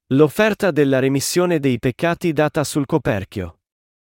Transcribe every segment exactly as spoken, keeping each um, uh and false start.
L'offerta della remissione dei peccati data sul coperchio.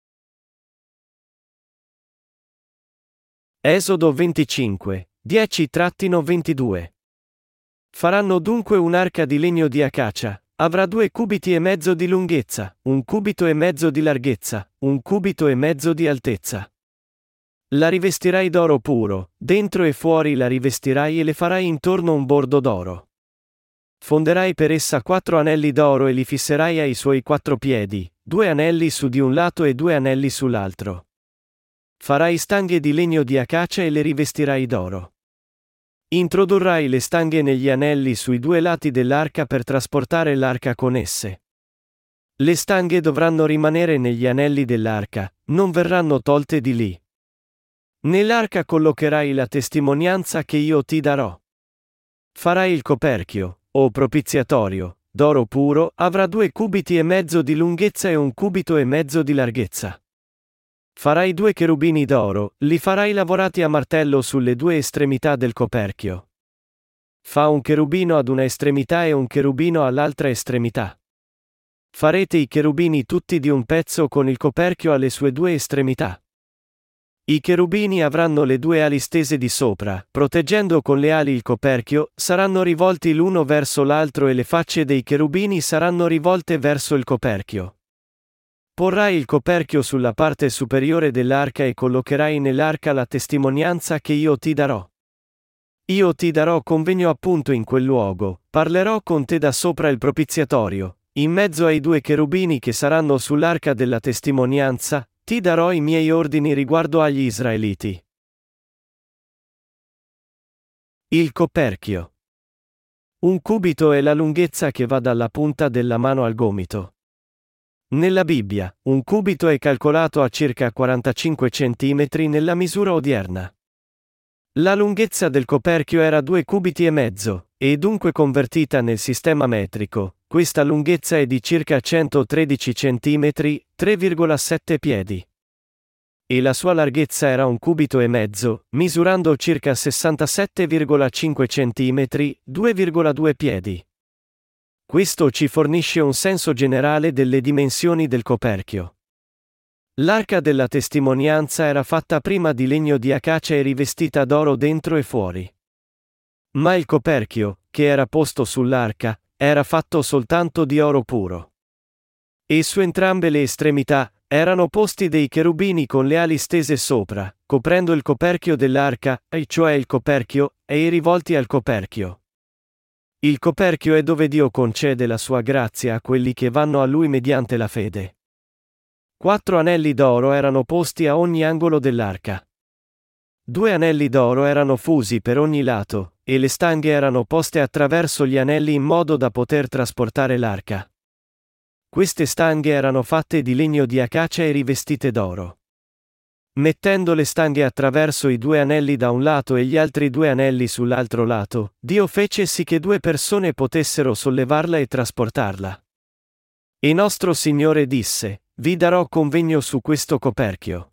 Esodo venticinque, dieci ventidue. Faranno dunque un'arca di legno di acacia, avrà due cubiti e mezzo di lunghezza, un cubito e mezzo di larghezza, un cubito e mezzo di altezza. La rivestirai d'oro puro, dentro e fuori la rivestirai e le farai intorno un bordo d'oro. Fonderai per essa quattro anelli d'oro e li fisserai ai suoi quattro piedi, due anelli su di un lato e due anelli sull'altro. Farai stanghe di legno di acacia e le rivestirai d'oro. Introdurrai le stanghe negli anelli sui due lati dell'arca per trasportare l'arca con esse. Le stanghe dovranno rimanere negli anelli dell'arca, non verranno tolte di lì. Nell'arca collocherai la testimonianza che io ti darò. Farai il coperchio, o propiziatorio, d'oro puro, avrà due cubiti e mezzo di lunghezza e un cubito e mezzo di larghezza. Farai due cherubini d'oro, li farai lavorati a martello sulle due estremità del coperchio. Fa un cherubino ad una estremità e un cherubino all'altra estremità. Farete i cherubini tutti di un pezzo con il coperchio alle sue due estremità. I cherubini avranno le due ali stese di sopra, proteggendo con le ali il coperchio, saranno rivolti l'uno verso l'altro e le facce dei cherubini saranno rivolte verso il coperchio. Porrai il coperchio sulla parte superiore dell'arca e collocherai nell'arca la testimonianza che io ti darò. Io ti darò convegno appunto in quel luogo, parlerò con te da sopra il propiziatorio, in mezzo ai due cherubini che saranno sull'arca della testimonianza, ti darò i miei ordini riguardo agli Israeliti. Il coperchio. Un cubito è la lunghezza che va dalla punta della mano al gomito. Nella Bibbia, un cubito è calcolato a circa quarantacinque centimetri nella misura odierna. La lunghezza del coperchio era due cubiti e mezzo, e dunque convertita nel sistema metrico, questa lunghezza è di circa centotredici centimetri, tre virgola sette piedi. E la sua larghezza era un cubito e mezzo, misurando circa sessantasette virgola cinque centimetri, due virgola due piedi. Questo ci fornisce un senso generale delle dimensioni del coperchio. L'arca della testimonianza era fatta prima di legno di acacia e rivestita d'oro dentro e fuori. Ma il coperchio, che era posto sull'arca, era fatto soltanto di oro puro. E su entrambe le estremità erano posti dei cherubini con le ali stese sopra, coprendo il coperchio dell'arca, e cioè il coperchio, e i rivolti al coperchio. Il coperchio è dove Dio concede la sua grazia a quelli che vanno a Lui mediante la fede. Quattro anelli d'oro erano posti a ogni angolo dell'arca. Due anelli d'oro erano fusi per ogni lato, e le stanghe erano poste attraverso gli anelli in modo da poter trasportare l'arca. Queste stanghe erano fatte di legno di acacia e rivestite d'oro. Mettendo le stanghe attraverso i due anelli da un lato e gli altri due anelli sull'altro lato, Dio fece sì che due persone potessero sollevarla e trasportarla. E nostro Signore disse: vi darò convegno su questo coperchio.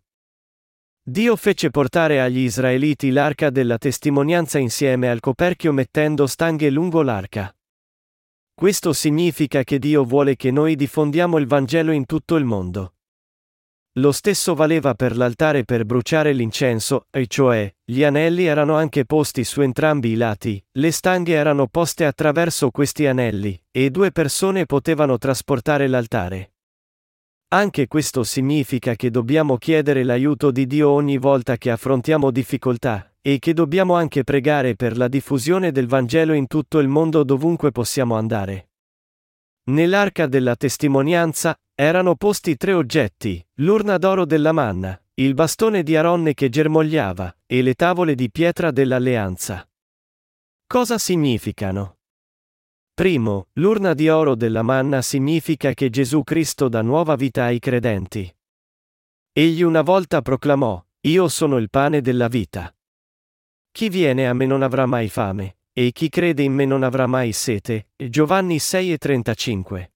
Dio fece portare agli Israeliti l'arca della testimonianza insieme al coperchio mettendo stanghe lungo l'arca. Questo significa che Dio vuole che noi diffondiamo il Vangelo in tutto il mondo. Lo stesso valeva per l'altare per bruciare l'incenso, e cioè, gli anelli erano anche posti su entrambi i lati, le stanghe erano poste attraverso questi anelli, e due persone potevano trasportare l'altare. Anche questo significa che dobbiamo chiedere l'aiuto di Dio ogni volta che affrontiamo difficoltà, e che dobbiamo anche pregare per la diffusione del Vangelo in tutto il mondo dovunque possiamo andare. Nell'arca della testimonianza erano posti tre oggetti: l'urna d'oro della manna, il bastone di Aronne che germogliava, e le tavole di pietra dell'alleanza. Cosa significano? Primo, l'urna di oro della manna significa che Gesù Cristo dà nuova vita ai credenti. Egli una volta proclamò: io sono il pane della vita. Chi viene a me non avrà mai fame, e chi crede in me non avrà mai sete. Giovanni sei e trentacinque.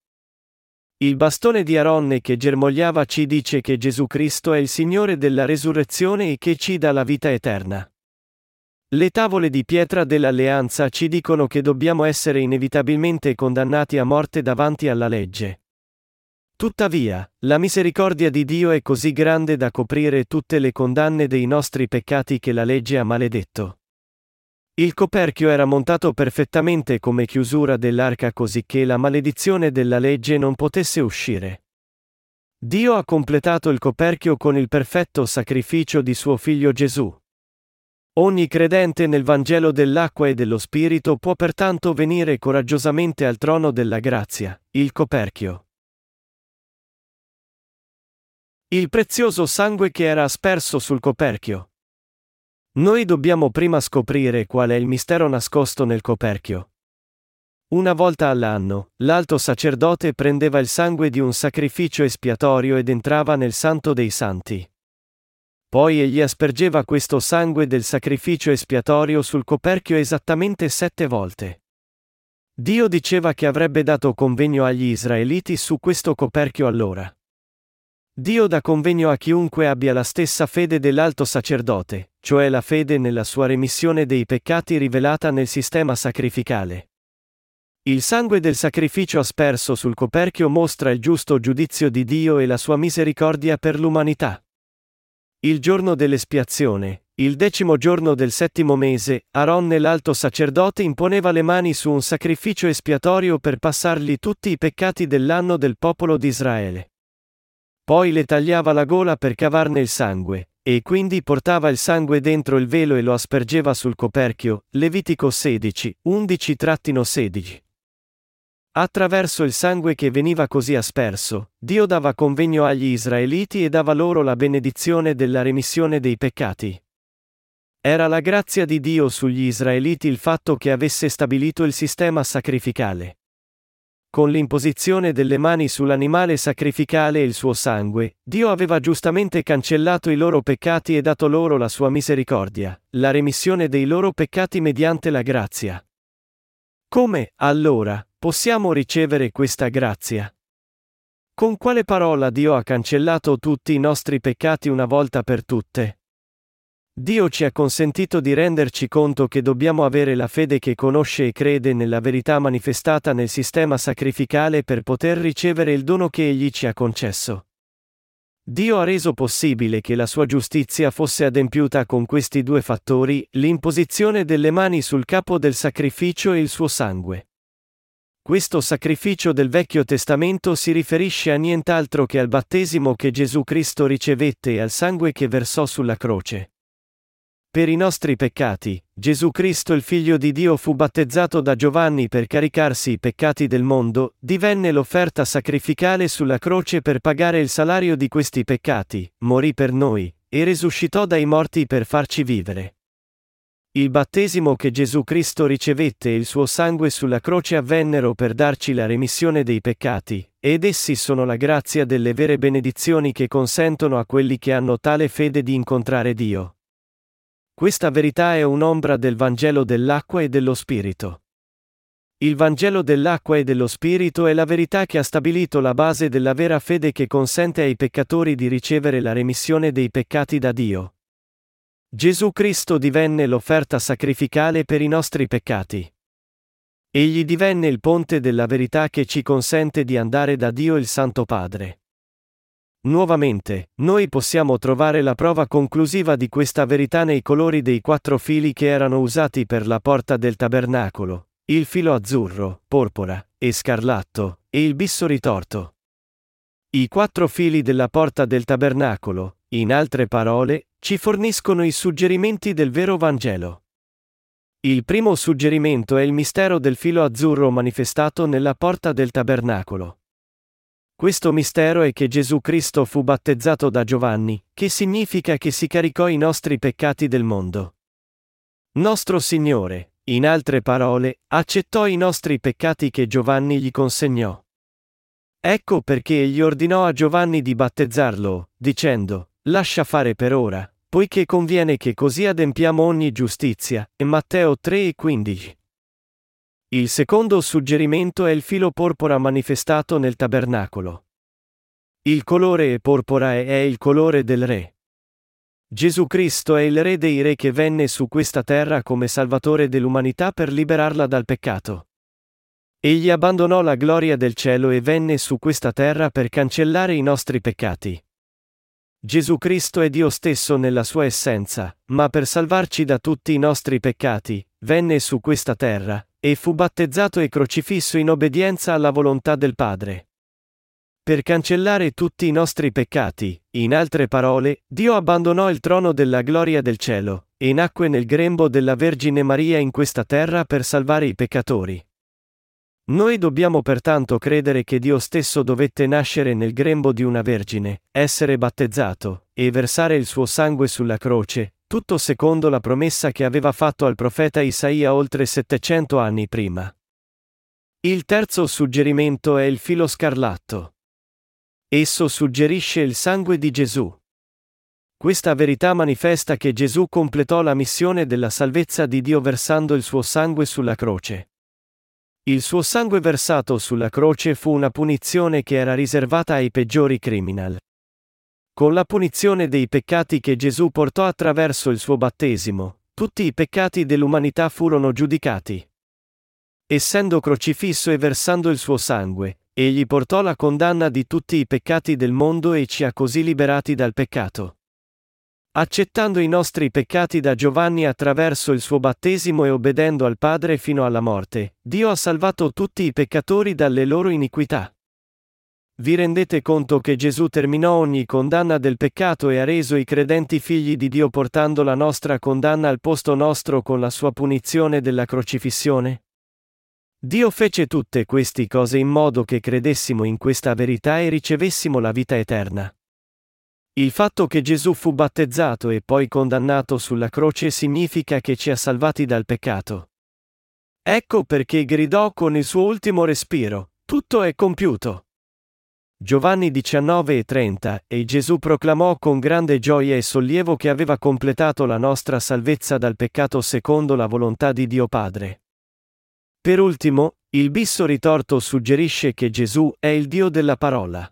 Il bastone di Aronne che germogliava ci dice che Gesù Cristo è il Signore della resurrezione e che ci dà la vita eterna. Le tavole di pietra dell'alleanza ci dicono che dobbiamo essere inevitabilmente condannati a morte davanti alla legge. Tuttavia, la misericordia di Dio è così grande da coprire tutte le condanne dei nostri peccati che la legge ha maledetto. Il coperchio era montato perfettamente come chiusura dell'arca cosicché la maledizione della legge non potesse uscire. Dio ha completato il coperchio con il perfetto sacrificio di suo figlio Gesù. Ogni credente nel Vangelo dell'acqua e dello Spirito può pertanto venire coraggiosamente al trono della grazia, il coperchio. Il prezioso sangue che era asperso sul coperchio. Noi dobbiamo prima scoprire qual è il mistero nascosto nel coperchio. Una volta all'anno, l'alto sacerdote prendeva il sangue di un sacrificio espiatorio ed entrava nel Santo dei Santi. Poi egli aspergeva questo sangue del sacrificio espiatorio sul coperchio esattamente sette volte. Dio diceva che avrebbe dato convegno agli Israeliti su questo coperchio allora. Dio dà convegno a chiunque abbia la stessa fede dell'alto sacerdote, cioè la fede nella sua remissione dei peccati rivelata nel sistema sacrificale. Il sangue del sacrificio asperso sul coperchio mostra il giusto giudizio di Dio e la sua misericordia per l'umanità. Il giorno dell'espiazione, il decimo giorno del settimo mese, Aaronne l'alto sacerdote imponeva le mani su un sacrificio espiatorio per passargli tutti i peccati dell'anno del popolo di Israele. Poi le tagliava la gola per cavarne il sangue, e quindi portava il sangue dentro il velo e lo aspergeva sul coperchio, Levitico sedici, undici sedici. Attraverso il sangue che veniva così asperso, Dio dava convegno agli Israeliti e dava loro la benedizione della remissione dei peccati. Era la grazia di Dio sugli Israeliti il fatto che avesse stabilito il sistema sacrificale. Con l'imposizione delle mani sull'animale sacrificale e il suo sangue, Dio aveva giustamente cancellato i loro peccati e dato loro la sua misericordia, la remissione dei loro peccati mediante la grazia. Come, allora, possiamo ricevere questa grazia? Con quale parola Dio ha cancellato tutti i nostri peccati una volta per tutte? Dio ci ha consentito di renderci conto che dobbiamo avere la fede che conosce e crede nella verità manifestata nel sistema sacrificale per poter ricevere il dono che Egli ci ha concesso. Dio ha reso possibile che la sua giustizia fosse adempiuta con questi due fattori, l'imposizione delle mani sul capo del sacrificio e il suo sangue. Questo sacrificio del Vecchio Testamento si riferisce a nient'altro che al battesimo che Gesù Cristo ricevette e al sangue che versò sulla croce. Per i nostri peccati, Gesù Cristo il Figlio di Dio fu battezzato da Giovanni per caricarsi i peccati del mondo, divenne l'offerta sacrificale sulla croce per pagare il salario di questi peccati, morì per noi, e risuscitò dai morti per farci vivere. Il battesimo che Gesù Cristo ricevette e il suo sangue sulla croce avvennero per darci la remissione dei peccati, ed essi sono la grazia delle vere benedizioni che consentono a quelli che hanno tale fede di incontrare Dio. Questa verità è un'ombra del Vangelo dell'acqua e dello Spirito. Il Vangelo dell'acqua e dello Spirito è la verità che ha stabilito la base della vera fede che consente ai peccatori di ricevere la remissione dei peccati da Dio. Gesù Cristo divenne l'offerta sacrificale per i nostri peccati. Egli divenne il ponte della verità che ci consente di andare da Dio il Santo Padre. Nuovamente, noi possiamo trovare la prova conclusiva di questa verità nei colori dei quattro fili che erano usati per la porta del tabernacolo, il filo azzurro, porpora, e scarlatto, e il bisso ritorto. I quattro fili della porta del tabernacolo, in altre parole, ci forniscono i suggerimenti del vero Vangelo. Il primo suggerimento è il mistero del filo azzurro manifestato nella porta del tabernacolo. Questo mistero è che Gesù Cristo fu battezzato da Giovanni, che significa che si caricò i nostri peccati del mondo. Nostro Signore, in altre parole, accettò i nostri peccati che Giovanni gli consegnò. Ecco perché egli ordinò a Giovanni di battezzarlo, dicendo: «Lascia fare per ora, poiché conviene che così adempiamo ogni giustizia», e Matteo tre e quindici. Il secondo suggerimento è il filo porpora manifestato nel tabernacolo. Il colore porpora è il colore del Re. Gesù Cristo è il Re dei Re che venne su questa terra come Salvatore dell'umanità per liberarla dal peccato. Egli abbandonò la gloria del cielo e venne su questa terra per cancellare i nostri peccati. Gesù Cristo è Dio stesso nella sua essenza, ma per salvarci da tutti i nostri peccati, venne su questa terra, e fu battezzato e crocifisso in obbedienza alla volontà del Padre. Per cancellare tutti i nostri peccati, in altre parole, Dio abbandonò il trono della gloria del cielo, e nacque nel grembo della Vergine Maria in questa terra per salvare i peccatori. Noi dobbiamo pertanto credere che Dio stesso dovette nascere nel grembo di una vergine, essere battezzato, e versare il suo sangue sulla croce, tutto secondo la promessa che aveva fatto al profeta Isaia oltre settecento anni prima. Il terzo suggerimento è il filo scarlatto. Esso suggerisce il sangue di Gesù. Questa verità manifesta che Gesù completò la missione della salvezza di Dio versando il suo sangue sulla croce. Il suo sangue versato sulla croce fu una punizione che era riservata ai peggiori criminal. Con la punizione dei peccati che Gesù portò attraverso il suo battesimo, tutti i peccati dell'umanità furono giudicati. Essendo crocifisso e versando il suo sangue, egli portò la condanna di tutti i peccati del mondo e ci ha così liberati dal peccato. Accettando i nostri peccati da Giovanni attraverso il suo battesimo e obbedendo al Padre fino alla morte, Dio ha salvato tutti i peccatori dalle loro iniquità. Vi rendete conto che Gesù terminò ogni condanna del peccato e ha reso i credenti figli di Dio portando la nostra condanna al posto nostro con la sua punizione della crocifissione? Dio fece tutte queste cose in modo che credessimo in questa verità e ricevessimo la vita eterna. Il fatto che Gesù fu battezzato e poi condannato sulla croce significa che ci ha salvati dal peccato. Ecco perché gridò con il suo ultimo respiro: tutto è compiuto. Giovanni diciannove e trenta, e Gesù proclamò con grande gioia e sollievo che aveva completato la nostra salvezza dal peccato secondo la volontà di Dio Padre. Per ultimo, il bisso ritorto suggerisce che Gesù è il Dio della parola.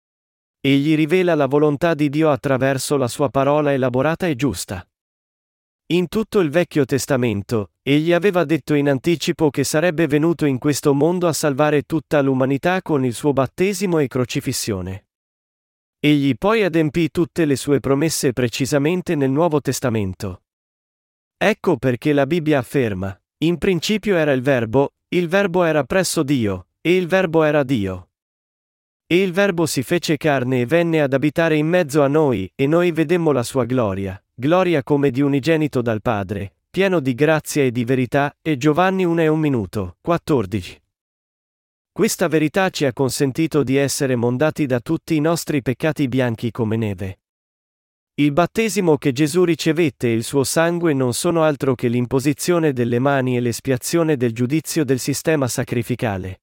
Egli rivela la volontà di Dio attraverso la sua parola elaborata e giusta. In tutto il Vecchio Testamento, egli aveva detto in anticipo che sarebbe venuto in questo mondo a salvare tutta l'umanità con il suo battesimo e crocifissione. Egli poi adempì tutte le sue promesse precisamente nel Nuovo Testamento. Ecco perché la Bibbia afferma: in principio era il Verbo, il Verbo era presso Dio, e il Verbo era Dio. E il Verbo si fece carne e venne ad abitare in mezzo a noi, e noi vedemmo la sua gloria, gloria come di unigenito dal Padre, pieno di grazia e di verità, e Giovanni uno e un minuto, quattordici. Questa verità ci ha consentito di essere mondati da tutti i nostri peccati bianchi come neve. Il battesimo che Gesù ricevette e il suo sangue non sono altro che l'imposizione delle mani e l'espiazione del giudizio del sistema sacrificale.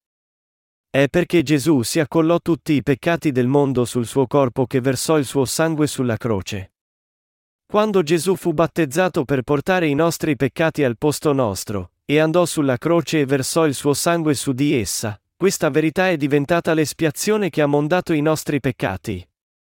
È perché Gesù si accollò tutti i peccati del mondo sul suo corpo che versò il suo sangue sulla croce. Quando Gesù fu battezzato per portare i nostri peccati al posto nostro, e andò sulla croce e versò il suo sangue su di essa, questa verità è diventata l'espiazione che ha mondato i nostri peccati.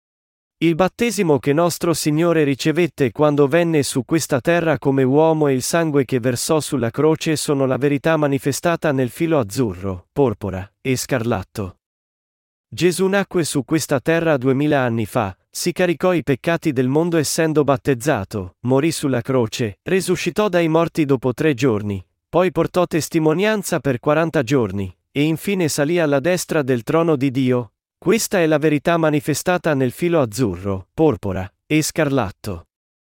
Il battesimo che nostro Signore ricevette quando venne su questa terra come uomo e il sangue che versò sulla croce sono la verità manifestata nel filo azzurro, porpora e scarlatto. Gesù nacque su questa terra duemila anni fa, si caricò i peccati del mondo essendo battezzato, morì sulla croce, risuscitò dai morti dopo tre giorni, poi portò testimonianza per quaranta giorni, e infine salì alla destra del trono di Dio. Questa è la verità manifestata nel filo azzurro, porpora e scarlatto.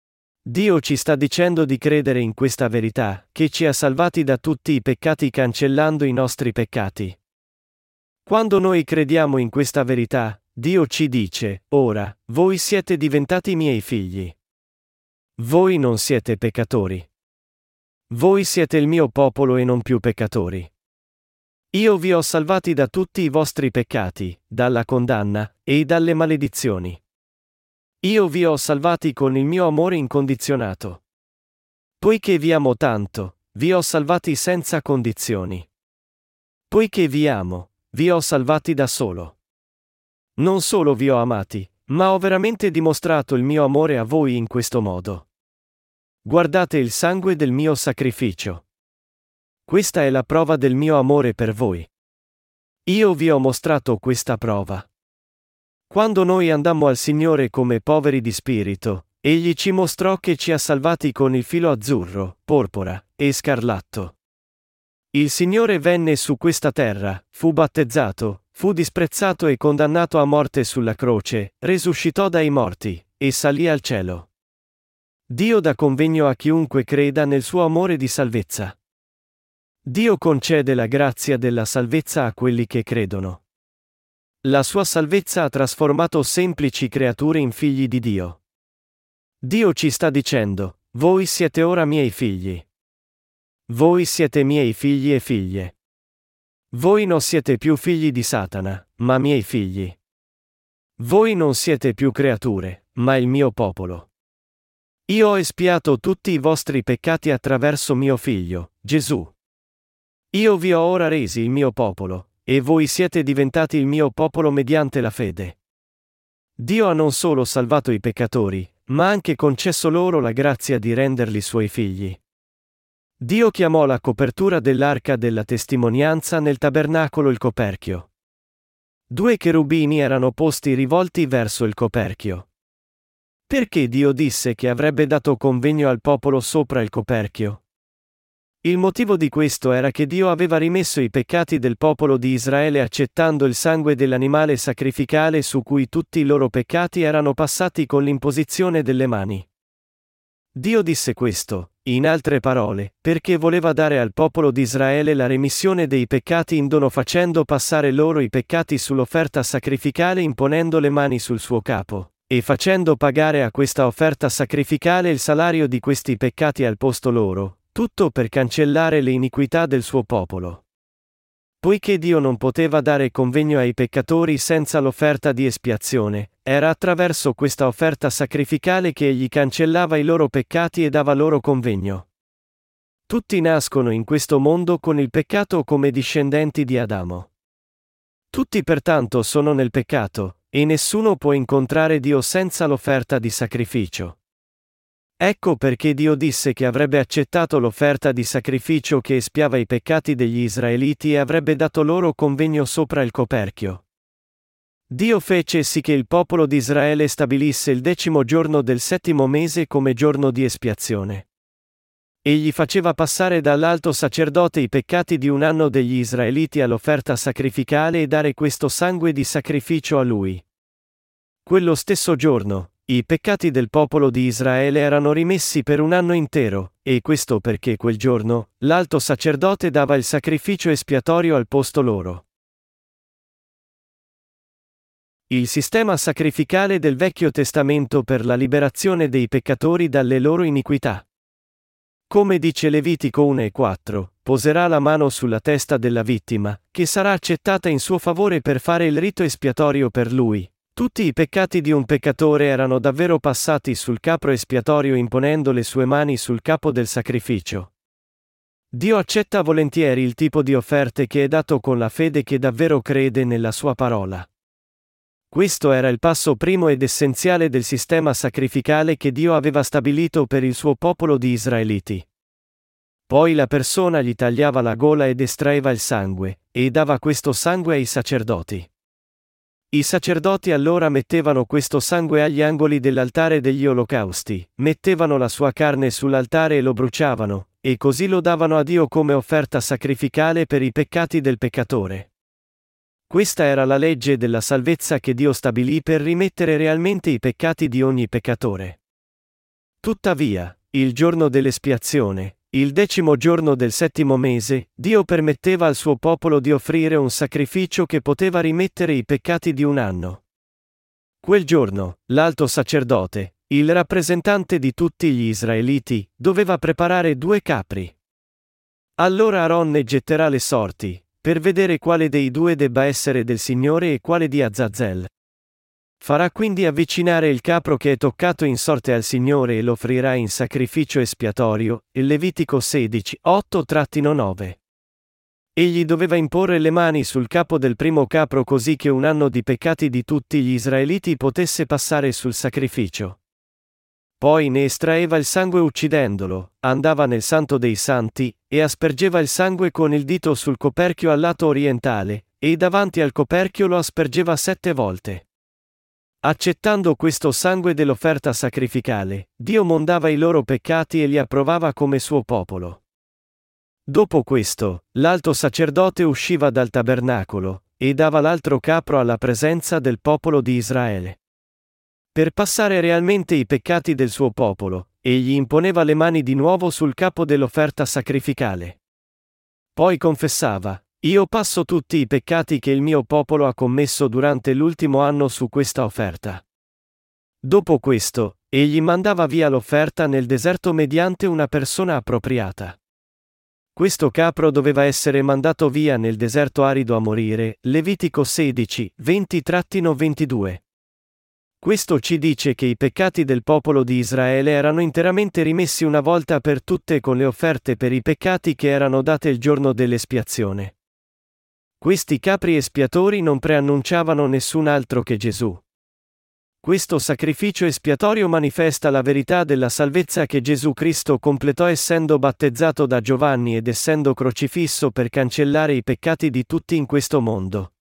Dio ci sta dicendo di credere in questa verità, che ci ha salvati da tutti i peccati cancellando i nostri peccati. Quando noi crediamo in questa verità, Dio ci dice: ora, voi siete diventati miei figli. Voi non siete peccatori. Voi siete il mio popolo e non più peccatori. Io vi ho salvati da tutti i vostri peccati, dalla condanna, e dalle maledizioni. Io vi ho salvati con il mio amore incondizionato. Poiché vi amo tanto, vi ho salvati senza condizioni. Poiché vi amo, vi ho salvati da solo. Non solo vi ho amati, Ma ho veramente dimostrato il mio amore a voi in questo modo. Guardate il sangue del mio sacrificio. Questa è la prova del mio amore per voi. Io vi ho mostrato questa prova. Quando noi andammo al Signore come poveri di spirito, Egli ci mostrò che ci ha salvati con il filo azzurro, porpora e scarlatto. Il Signore venne su questa terra, fu battezzato, fu disprezzato e condannato a morte sulla croce, risuscitò dai morti, e salì al cielo. Dio dà convegno a chiunque creda nel suo amore di salvezza. Dio concede la grazia della salvezza a quelli che credono. La sua salvezza ha trasformato semplici creature in figli di Dio. Dio ci sta dicendo: voi siete ora miei figli. Voi siete miei figli e figlie. Voi non siete più figli di Satana, ma miei figli. Voi non siete più creature, ma il mio popolo. Io ho espiato tutti i vostri peccati attraverso mio figlio, Gesù. Io vi ho ora resi il mio popolo, e voi siete diventati il mio popolo mediante la fede. Dio ha non solo salvato i peccatori, ma anche concesso loro la grazia di renderli suoi figli. Dio chiamò la copertura dell'arca della testimonianza nel tabernacolo il coperchio. Due cherubini erano posti rivolti verso il coperchio. Perché Dio disse che avrebbe dato convegno al popolo sopra il coperchio? Il motivo di questo era che Dio aveva rimesso i peccati del popolo di Israele accettando il sangue dell'animale sacrificale su cui tutti i loro peccati erano passati con l'imposizione delle mani. Dio disse questo, in altre parole, perché voleva dare al popolo di Israele la remissione dei peccati in dono facendo passare loro i peccati sull'offerta sacrificale imponendo le mani sul suo capo, e facendo pagare a questa offerta sacrificale il salario di questi peccati al posto loro. Tutto per cancellare le iniquità del suo popolo. Poiché Dio non poteva dare convegno ai peccatori senza l'offerta di espiazione, era attraverso questa offerta sacrificale che egli cancellava i loro peccati e dava loro convegno. Tutti nascono in questo mondo con il peccato come discendenti di Adamo. Tutti pertanto sono nel peccato, e nessuno può incontrare Dio senza l'offerta di sacrificio. Ecco perché Dio disse che avrebbe accettato l'offerta di sacrificio che espiava i peccati degli Israeliti e avrebbe dato loro convegno sopra il coperchio. Dio fece sì che il popolo di Israele stabilisse il decimo giorno del settimo mese come giorno di espiazione. Egli faceva passare dall'alto sacerdote i peccati di un anno degli Israeliti all'offerta sacrificale e dare questo sangue di sacrificio a lui. Quello stesso giorno, i peccati del popolo di Israele erano rimessi per un anno intero, e questo perché quel giorno, l'alto sacerdote dava il sacrificio espiatorio al posto loro. Il sistema sacrificale del Vecchio Testamento per la liberazione dei peccatori dalle loro iniquità. Come dice Levitico uno e quattro, poserà la mano sulla testa della vittima, che sarà accettata in suo favore per fare il rito espiatorio per lui. Tutti i peccati di un peccatore erano davvero passati sul capro espiatorio imponendo le sue mani sul capo del sacrificio. Dio accetta volentieri il tipo di offerte che è dato con la fede che davvero crede nella sua parola. Questo era il passo primo ed essenziale del sistema sacrificale che Dio aveva stabilito per il suo popolo di Israeliti. Poi la persona gli tagliava la gola ed estraeva il sangue, e dava questo sangue ai sacerdoti. I sacerdoti allora mettevano questo sangue agli angoli dell'altare degli olocausti, mettevano la sua carne sull'altare e lo bruciavano, e così lo davano a Dio come offerta sacrificale per i peccati del peccatore. Questa era la legge della salvezza che Dio stabilì per rimettere realmente i peccati di ogni peccatore. Tuttavia, il giorno dell'espiazione, il decimo giorno del settimo mese, Dio permetteva al suo popolo di offrire un sacrificio che poteva rimettere i peccati di un anno. Quel giorno, l'alto sacerdote, il rappresentante di tutti gli israeliti, doveva preparare due capri. Allora Aaron ne getterà le sorti, per vedere quale dei due debba essere del Signore e quale di Azazel. Farà quindi avvicinare il capro che è toccato in sorte al Signore e lo offrirà in sacrificio espiatorio, il Levitico sedici, otto nove. Egli doveva imporre le mani sul capo del primo capro così che un anno di peccati di tutti gli israeliti potesse passare sul sacrificio. Poi ne estraeva il sangue uccidendolo, andava nel Santo dei Santi, e aspergeva il sangue con il dito sul coperchio al lato orientale, e davanti al coperchio lo aspergeva sette volte. Accettando questo sangue dell'offerta sacrificale, Dio mondava i loro peccati e li approvava come suo popolo. Dopo questo, l'alto sacerdote usciva dal tabernacolo, e dava l'altro capro alla presenza del popolo di Israele. Per passare realmente i peccati del suo popolo, egli imponeva le mani di nuovo sul capo dell'offerta sacrificale. Poi confessava: Io passo tutti i peccati che il mio popolo ha commesso durante l'ultimo anno su questa offerta. Dopo questo, egli mandava via l'offerta nel deserto mediante una persona appropriata. Questo capro doveva essere mandato via nel deserto arido a morire, Levitico sedici, venti ventidue. Questo ci dice che i peccati del popolo di Israele erano interamente rimessi una volta per tutte con le offerte per i peccati che erano date il giorno dell'espiazione. Questi capri espiatori non preannunciavano nessun altro che Gesù. Questo sacrificio espiatorio manifesta la verità della salvezza che Gesù Cristo completò essendo battezzato da Giovanni ed essendo crocifisso per cancellare i peccati di tutti in questo mondo.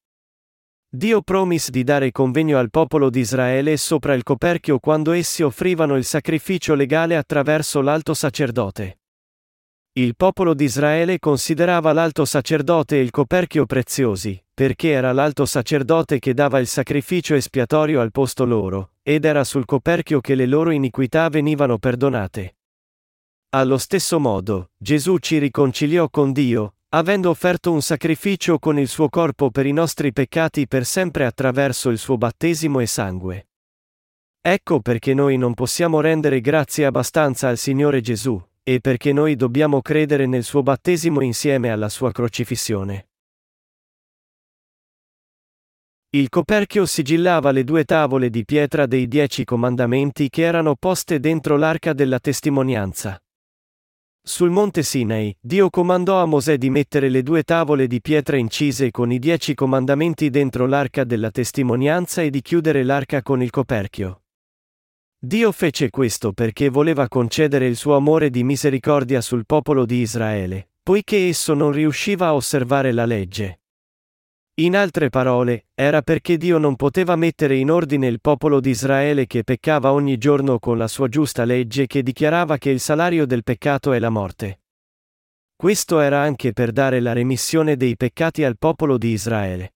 Dio promise di dare convegno al popolo di Israele sopra il coperchio quando essi offrivano il sacrificio legale attraverso l'alto sacerdote. Il popolo di Israele considerava l'alto sacerdote e il coperchio preziosi, perché era l'alto sacerdote che dava il sacrificio espiatorio al posto loro, ed era sul coperchio che le loro iniquità venivano perdonate. Allo stesso modo, Gesù ci riconciliò con Dio, avendo offerto un sacrificio con il suo corpo per i nostri peccati per sempre attraverso il suo battesimo e sangue. Ecco perché noi non possiamo rendere grazie abbastanza al Signore Gesù, e perché noi dobbiamo credere nel suo battesimo insieme alla sua crocifissione. Il coperchio sigillava le due tavole di pietra dei dieci comandamenti che erano poste dentro l'arca della testimonianza. Sul monte Sinai, Dio comandò a Mosè di mettere le due tavole di pietra incise con i dieci comandamenti dentro l'arca della testimonianza e di chiudere l'arca con il coperchio. Dio fece questo perché voleva concedere il suo amore di misericordia sul popolo di Israele, poiché esso non riusciva a osservare la legge. In altre parole, era perché Dio non poteva mettere in ordine il popolo di Israele che peccava ogni giorno con la sua giusta legge che dichiarava che il salario del peccato è la morte. Questo era anche per dare la remissione dei peccati al popolo di Israele.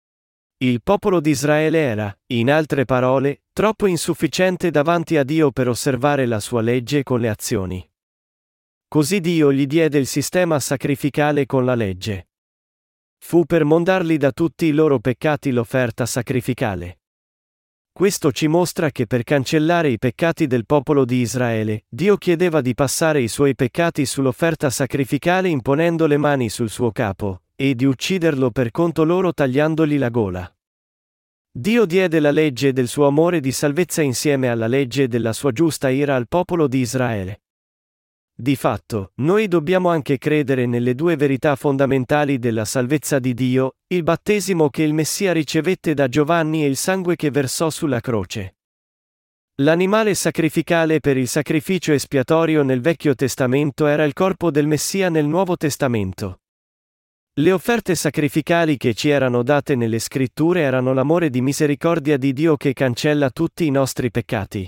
Il popolo di Israele era, in altre parole, troppo insufficiente davanti a Dio per osservare la sua legge con le azioni. Così Dio gli diede il sistema sacrificale con la legge. Fu per mondarli da tutti i loro peccati l'offerta sacrificale. Questo ci mostra che per cancellare i peccati del popolo di Israele, Dio chiedeva di passare i suoi peccati sull'offerta sacrificale imponendo le mani sul suo capo, e di ucciderlo per conto loro tagliandogli la gola. Dio diede la legge del suo amore di salvezza insieme alla legge della sua giusta ira al popolo di Israele. Di fatto, noi dobbiamo anche credere nelle due verità fondamentali della salvezza di Dio, il battesimo che il Messia ricevette da Giovanni e il sangue che versò sulla croce. L'animale sacrificale per il sacrificio espiatorio nel Vecchio Testamento era il corpo del Messia nel Nuovo Testamento. Le offerte sacrificali che ci erano date nelle Scritture erano l'amore di misericordia di Dio che cancella tutti i nostri peccati.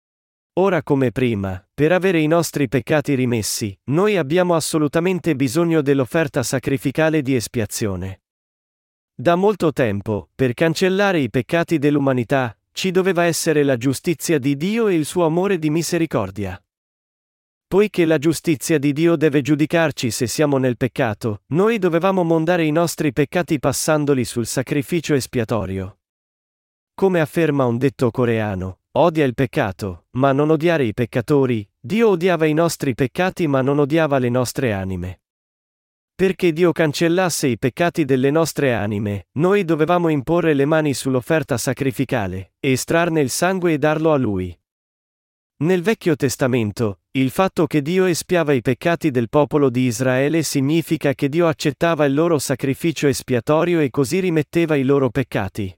Ora come prima, per avere i nostri peccati rimessi, noi abbiamo assolutamente bisogno dell'offerta sacrificale di espiazione. Da molto tempo, per cancellare i peccati dell'umanità, ci doveva essere la giustizia di Dio e il suo amore di misericordia. Poiché la giustizia di Dio deve giudicarci se siamo nel peccato, noi dovevamo mondare i nostri peccati passandoli sul sacrificio espiatorio. Come afferma un detto coreano, odia il peccato, ma non odiare i peccatori, Dio odiava i nostri peccati ma non odiava le nostre anime. Perché Dio cancellasse i peccati delle nostre anime, noi dovevamo imporre le mani sull'offerta sacrificale, estrarne il sangue e darlo a Lui. Nel Vecchio Testamento, il fatto che Dio espiava i peccati del popolo di Israele significa che Dio accettava il loro sacrificio espiatorio e così rimetteva i loro peccati.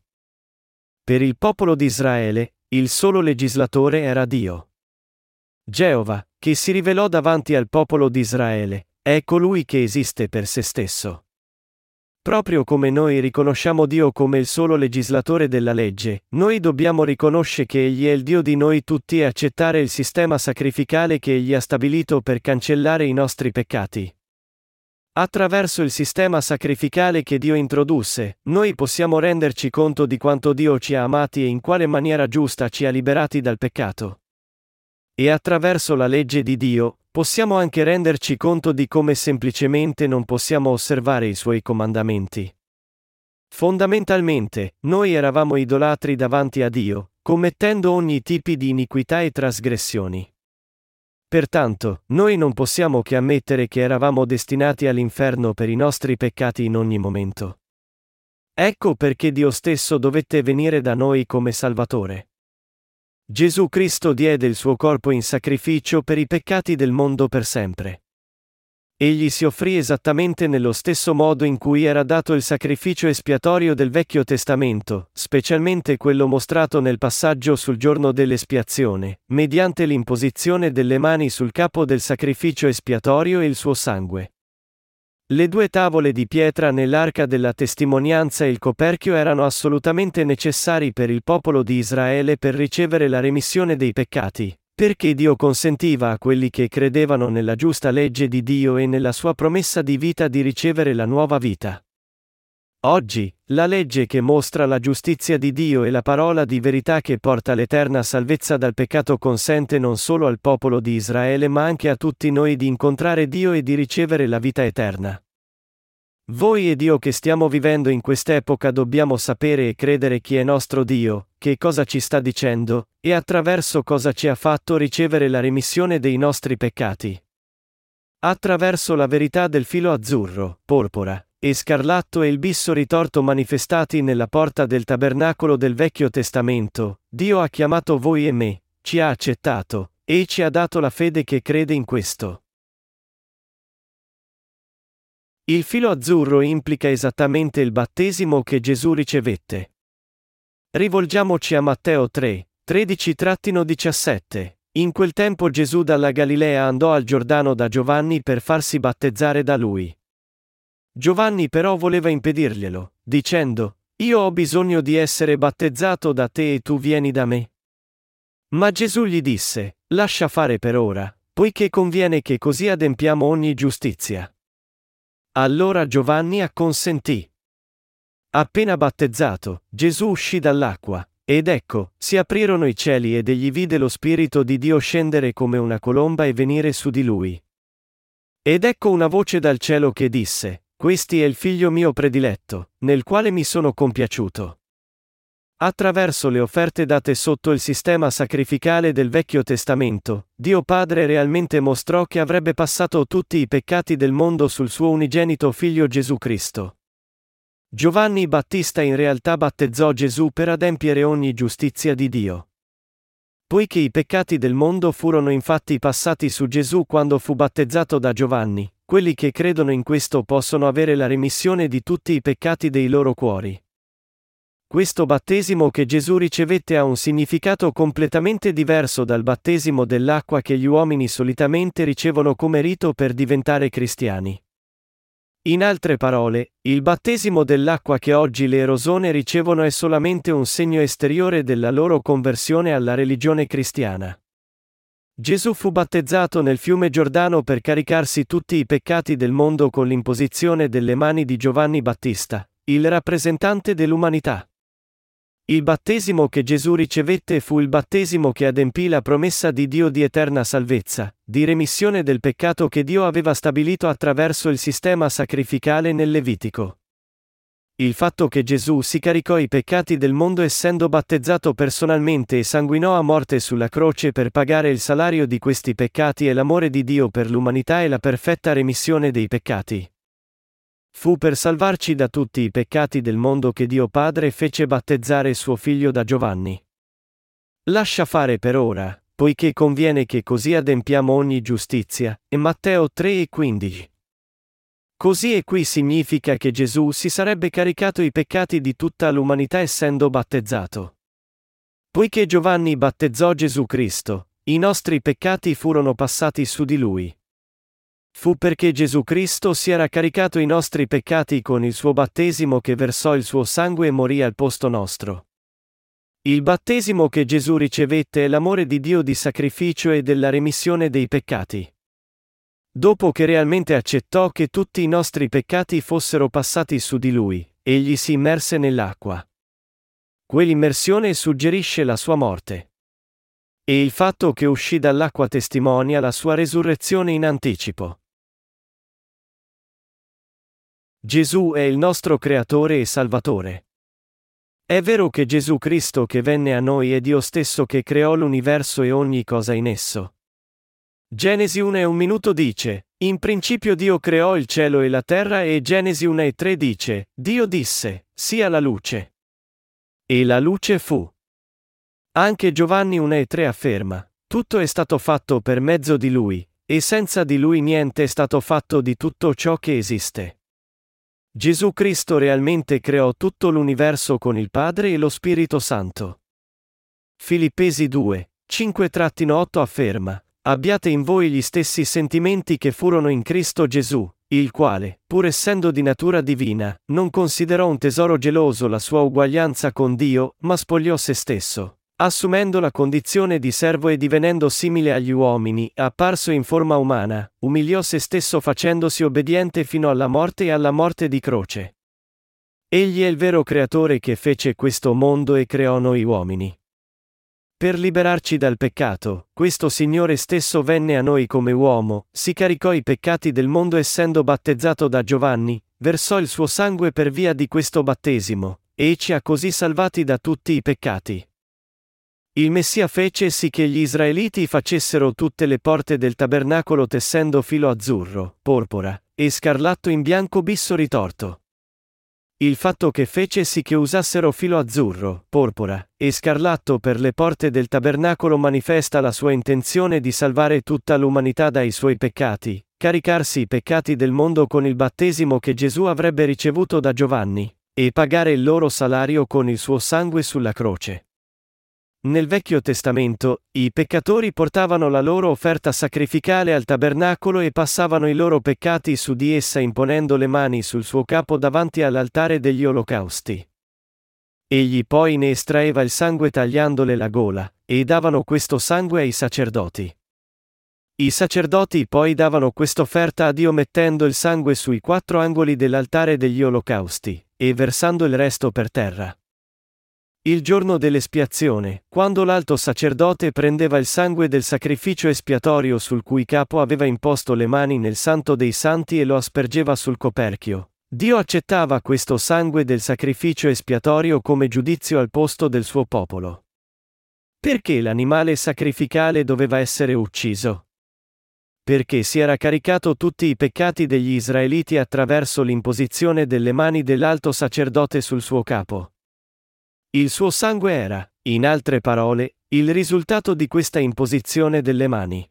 Per il popolo di Israele, il solo legislatore era Dio. Geova, che si rivelò davanti al popolo di Israele, è colui che esiste per se stesso. Proprio come noi riconosciamo Dio come il solo legislatore della legge, noi dobbiamo riconoscere che Egli è il Dio di noi tutti e accettare il sistema sacrificale che Egli ha stabilito per cancellare i nostri peccati. Attraverso il sistema sacrificale che Dio introdusse, noi possiamo renderci conto di quanto Dio ci ha amati e in quale maniera giusta ci ha liberati dal peccato. E attraverso la legge di Dio, possiamo anche renderci conto di come semplicemente non possiamo osservare i Suoi comandamenti. Fondamentalmente, noi eravamo idolatri davanti a Dio, commettendo ogni tipo di iniquità e trasgressioni. Pertanto, noi non possiamo che ammettere che eravamo destinati all'inferno per i nostri peccati in ogni momento. Ecco perché Dio stesso dovette venire da noi come Salvatore. Gesù Cristo diede il suo corpo in sacrificio per i peccati del mondo per sempre. Egli si offrì esattamente nello stesso modo in cui era dato il sacrificio espiatorio del Vecchio Testamento, specialmente quello mostrato nel passaggio sul giorno dell'espiazione, mediante l'imposizione delle mani sul capo del sacrificio espiatorio e il suo sangue. Le due tavole di pietra nell'arca della testimonianza e il coperchio erano assolutamente necessari per il popolo di Israele per ricevere la remissione dei peccati, perché Dio consentiva a quelli che credevano nella giusta legge di Dio e nella sua promessa di vita di ricevere la nuova vita. Oggi, la legge che mostra la giustizia di Dio e la parola di verità che porta l'eterna salvezza dal peccato consente non solo al popolo di Israele ma anche a tutti noi di incontrare Dio e di ricevere la vita eterna. Voi ed io che stiamo vivendo in quest'epoca dobbiamo sapere e credere chi è nostro Dio, che cosa ci sta dicendo, e attraverso cosa ci ha fatto ricevere la remissione dei nostri peccati. Attraverso la verità del filo azzurro, porpora e scarlatto e il bisso ritorto manifestati nella porta del tabernacolo del Vecchio Testamento, Dio ha chiamato voi e me, ci ha accettato, e ci ha dato la fede che crede in questo. Il filo azzurro implica esattamente il battesimo che Gesù ricevette. Rivolgiamoci a Matteo tre, tredici diciassette. In quel tempo Gesù dalla Galilea andò al Giordano da Giovanni per farsi battezzare da lui. Giovanni però voleva impedirglielo, dicendo: Io ho bisogno di essere battezzato da te e tu vieni da me. Ma Gesù gli disse: Lascia fare per ora, poiché conviene che così adempiamo ogni giustizia. Allora Giovanni acconsentì. Appena battezzato, Gesù uscì dall'acqua, ed ecco, si aprirono i cieli ed egli vide lo Spirito di Dio scendere come una colomba e venire su di lui. Ed ecco una voce dal cielo che disse: Questi è il figlio mio prediletto, nel quale mi sono compiaciuto. Attraverso le offerte date sotto il sistema sacrificale del Vecchio Testamento, Dio Padre realmente mostrò che avrebbe passato tutti i peccati del mondo sul suo unigenito Figlio Gesù Cristo. Giovanni Battista in realtà battezzò Gesù per adempiere ogni giustizia di Dio. Poiché i peccati del mondo furono infatti passati su Gesù quando fu battezzato da Giovanni, quelli che credono in questo possono avere la remissione di tutti i peccati dei loro cuori. Questo battesimo che Gesù ricevette ha un significato completamente diverso dal battesimo dell'acqua che gli uomini solitamente ricevono come rito per diventare cristiani. In altre parole, il battesimo dell'acqua che oggi le erosone ricevono è solamente un segno esteriore della loro conversione alla religione cristiana. Gesù fu battezzato nel fiume Giordano per caricarsi tutti i peccati del mondo con l'imposizione delle mani di Giovanni Battista, il rappresentante dell'umanità. Il battesimo che Gesù ricevette fu il battesimo che adempì la promessa di Dio di eterna salvezza, di remissione del peccato che Dio aveva stabilito attraverso il sistema sacrificale nel Levitico. Il fatto che Gesù si caricò i peccati del mondo essendo battezzato personalmente e sanguinò a morte sulla croce per pagare il salario di questi peccati è l'amore di Dio per l'umanità e la perfetta remissione dei peccati. Fu per salvarci da tutti i peccati del mondo che Dio Padre fece battezzare suo figlio da Giovanni. Lascia fare per ora, poiché conviene che così adempiamo ogni giustizia, e Matteo tre e quindici. Così e qui significa che Gesù si sarebbe caricato i peccati di tutta l'umanità essendo battezzato. Poiché Giovanni battezzò Gesù Cristo, i nostri peccati furono passati su di lui. Fu perché Gesù Cristo si era caricato i nostri peccati con il suo battesimo che versò il suo sangue e morì al posto nostro. Il battesimo che Gesù ricevette è l'amore di Dio di sacrificio e della remissione dei peccati. Dopo che realmente accettò che tutti i nostri peccati fossero passati su di lui, egli si immerse nell'acqua. Quell'immersione suggerisce la sua morte. E il fatto che uscì dall'acqua testimonia la sua resurrezione in anticipo. Gesù è il nostro Creatore e Salvatore. È vero che Gesù Cristo che venne a noi è Dio stesso che creò l'universo e ogni cosa in esso. Genesi uno e un minuto dice, in principio Dio creò il cielo e la terra e Genesi uno e tre dice, Dio disse, sia la luce. E la luce fu. Anche Giovanni uno e tre afferma, tutto è stato fatto per mezzo di Lui, e senza di Lui niente è stato fatto di tutto ciò che esiste. Gesù Cristo realmente creò tutto l'universo con il Padre e lo Spirito Santo. Filippesi due, cinque otto afferma, abbiate in voi gli stessi sentimenti che furono in Cristo Gesù, il quale, pur essendo di natura divina, non considerò un tesoro geloso la sua uguaglianza con Dio, ma spogliò se stesso. Assumendo la condizione di servo e divenendo simile agli uomini, apparso in forma umana, umiliò se stesso facendosi obbediente fino alla morte e alla morte di croce. Egli è il vero creatore che fece questo mondo e creò noi uomini. Per liberarci dal peccato, questo Signore stesso venne a noi come uomo, si caricò i peccati del mondo essendo battezzato da Giovanni, versò il suo sangue per via di questo battesimo, e ci ha così salvati da tutti i peccati. Il Messia fece sì che gli Israeliti facessero tutte le porte del tabernacolo tessendo filo azzurro, porpora, e scarlatto in bianco bisso ritorto. Il fatto che fece sì che usassero filo azzurro, porpora, e scarlatto per le porte del tabernacolo manifesta la sua intenzione di salvare tutta l'umanità dai suoi peccati, caricarsi i peccati del mondo con il battesimo che Gesù avrebbe ricevuto da Giovanni, e pagare il loro salario con il suo sangue sulla croce. Nel Vecchio Testamento, i peccatori portavano la loro offerta sacrificale al tabernacolo e passavano i loro peccati su di essa imponendo le mani sul suo capo davanti all'altare degli olocausti. Egli poi ne estraeva il sangue tagliandole la gola, e davano questo sangue ai sacerdoti. I sacerdoti poi davano quest'offerta a Dio mettendo il sangue sui quattro angoli dell'altare degli olocausti, e versando il resto per terra. Il giorno dell'espiazione, quando l'alto sacerdote prendeva il sangue del sacrificio espiatorio sul cui capo aveva imposto le mani nel Santo dei Santi e lo aspergeva sul coperchio, Dio accettava questo sangue del sacrificio espiatorio come giudizio al posto del suo popolo. Perché l'animale sacrificale doveva essere ucciso? Perché si era caricato tutti i peccati degli Israeliti attraverso l'imposizione delle mani dell'alto sacerdote sul suo capo. Il suo sangue era, in altre parole, il risultato di questa imposizione delle mani.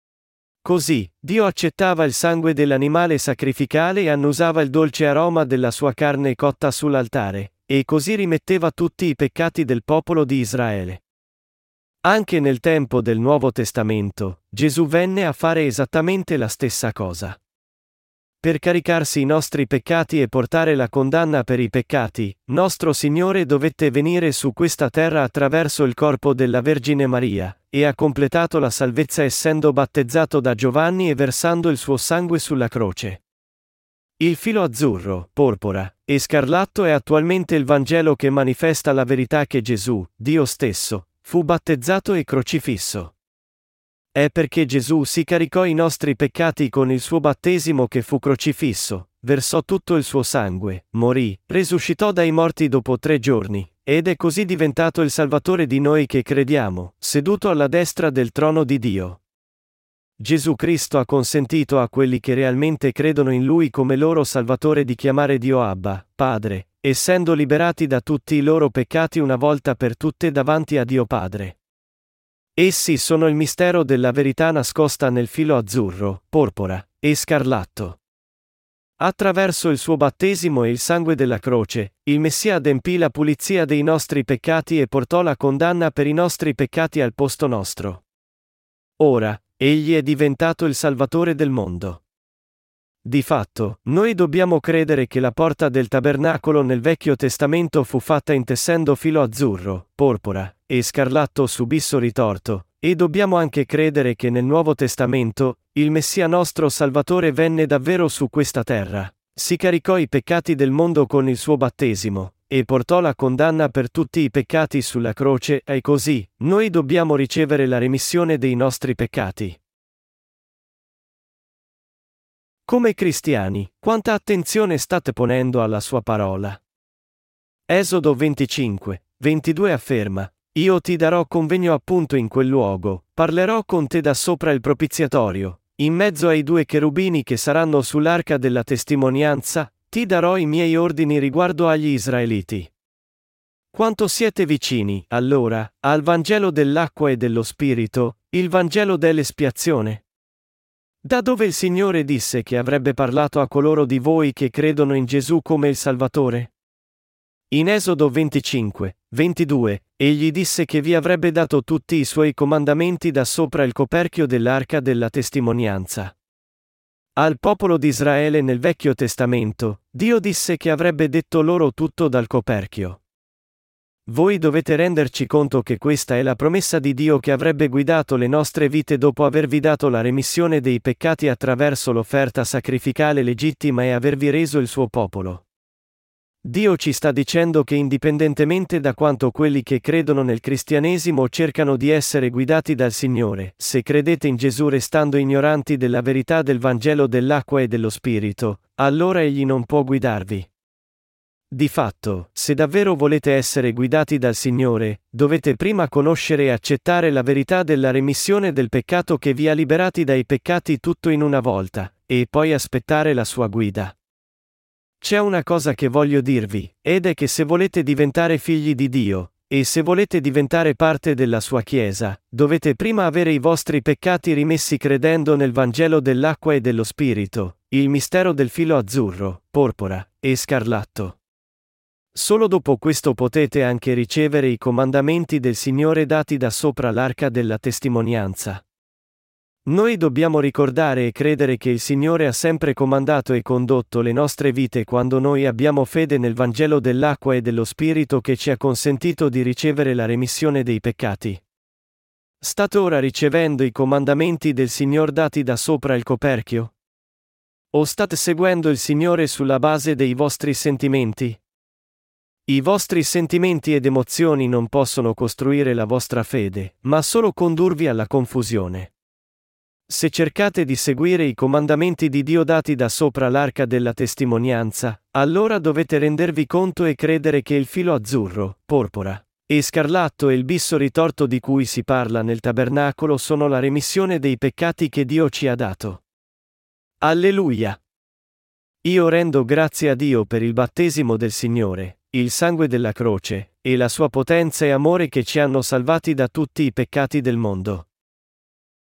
Così, Dio accettava il sangue dell'animale sacrificale e annusava il dolce aroma della sua carne cotta sull'altare, e così rimetteva tutti i peccati del popolo di Israele. Anche nel tempo del Nuovo Testamento, Gesù venne a fare esattamente la stessa cosa. Per caricarsi i nostri peccati e portare la condanna per i peccati, nostro Signore dovette venire su questa terra attraverso il corpo della Vergine Maria, e ha completato la salvezza essendo battezzato da Giovanni e versando il suo sangue sulla croce. Il filo azzurro, porpora, e scarlatto è attualmente il Vangelo che manifesta la verità che Gesù, Dio stesso, fu battezzato e crocifisso. È perché Gesù si caricò i nostri peccati con il suo battesimo che fu crocifisso, versò tutto il suo sangue, morì, risuscitò dai morti dopo tre giorni, ed è così diventato il Salvatore di noi che crediamo, seduto alla destra del trono di Dio. Gesù Cristo ha consentito a quelli che realmente credono in Lui come loro Salvatore di chiamare Dio Abba, Padre, essendo liberati da tutti i loro peccati una volta per tutte davanti a Dio Padre. Essi sono il mistero della verità nascosta nel filo azzurro, porpora e scarlatto. Attraverso il suo battesimo e il sangue della croce, il Messia adempì la pulizia dei nostri peccati e portò la condanna per i nostri peccati al posto nostro. Ora, egli è diventato il Salvatore del mondo. Di fatto, noi dobbiamo credere che la porta del tabernacolo nel Vecchio Testamento fu fatta intessendo filo azzurro, porpora e scarlatto su bisso ritorto, e dobbiamo anche credere che nel Nuovo Testamento, il Messia nostro Salvatore venne davvero su questa terra, si caricò i peccati del mondo con il suo battesimo, e portò la condanna per tutti i peccati sulla croce, e così, noi dobbiamo ricevere la remissione dei nostri peccati. Come cristiani, quanta attenzione state ponendo alla sua parola? Esodo venticinque, ventidue afferma: Io ti darò convegno appunto in quel luogo, parlerò con te da sopra il propiziatorio, in mezzo ai due cherubini che saranno sull'arca della testimonianza, ti darò i miei ordini riguardo agli Israeliti. Quanto siete vicini, allora, al Vangelo dell'acqua e dello Spirito, il Vangelo dell'espiazione? Da dove il Signore disse che avrebbe parlato a coloro di voi che credono in Gesù come il Salvatore? In Esodo venticinque, ventidue, egli disse che vi avrebbe dato tutti i suoi comandamenti da sopra il coperchio dell'arca della testimonianza. Al popolo di Israele nel Vecchio Testamento, Dio disse che avrebbe detto loro tutto dal coperchio. Voi dovete renderci conto che questa è la promessa di Dio che avrebbe guidato le nostre vite dopo avervi dato la remissione dei peccati attraverso l'offerta sacrificale legittima e avervi reso il suo popolo. Dio ci sta dicendo che indipendentemente da quanto quelli che credono nel cristianesimo cercano di essere guidati dal Signore, se credete in Gesù restando ignoranti della verità del Vangelo dell'acqua e dello Spirito, allora Egli non può guidarvi. Di fatto, se davvero volete essere guidati dal Signore, dovete prima conoscere e accettare la verità della remissione del peccato che vi ha liberati dai peccati tutto in una volta, e poi aspettare la sua guida. C'è una cosa che voglio dirvi, ed è che se volete diventare figli di Dio, e se volete diventare parte della sua Chiesa, dovete prima avere i vostri peccati rimessi credendo nel Vangelo dell'acqua e dello Spirito, il mistero del filo azzurro, porpora e scarlatto. Solo dopo questo potete anche ricevere i comandamenti del Signore dati da sopra l'arca della testimonianza. Noi dobbiamo ricordare e credere che il Signore ha sempre comandato e condotto le nostre vite quando noi abbiamo fede nel Vangelo dell'acqua e dello Spirito che ci ha consentito di ricevere la remissione dei peccati. State ora ricevendo i comandamenti del Signore dati da sopra il coperchio? O state seguendo il Signore sulla base dei vostri sentimenti? I vostri sentimenti ed emozioni non possono costruire la vostra fede, ma solo condurvi alla confusione. Se cercate di seguire i comandamenti di Dio dati da sopra l'arca della testimonianza, allora dovete rendervi conto e credere che il filo azzurro, porpora e scarlatto e il bisso ritorto di cui si parla nel tabernacolo sono la remissione dei peccati che Dio ci ha dato. Alleluia! Io rendo grazie a Dio per il battesimo del Signore, il sangue della croce, e la sua potenza e amore che ci hanno salvati da tutti i peccati del mondo.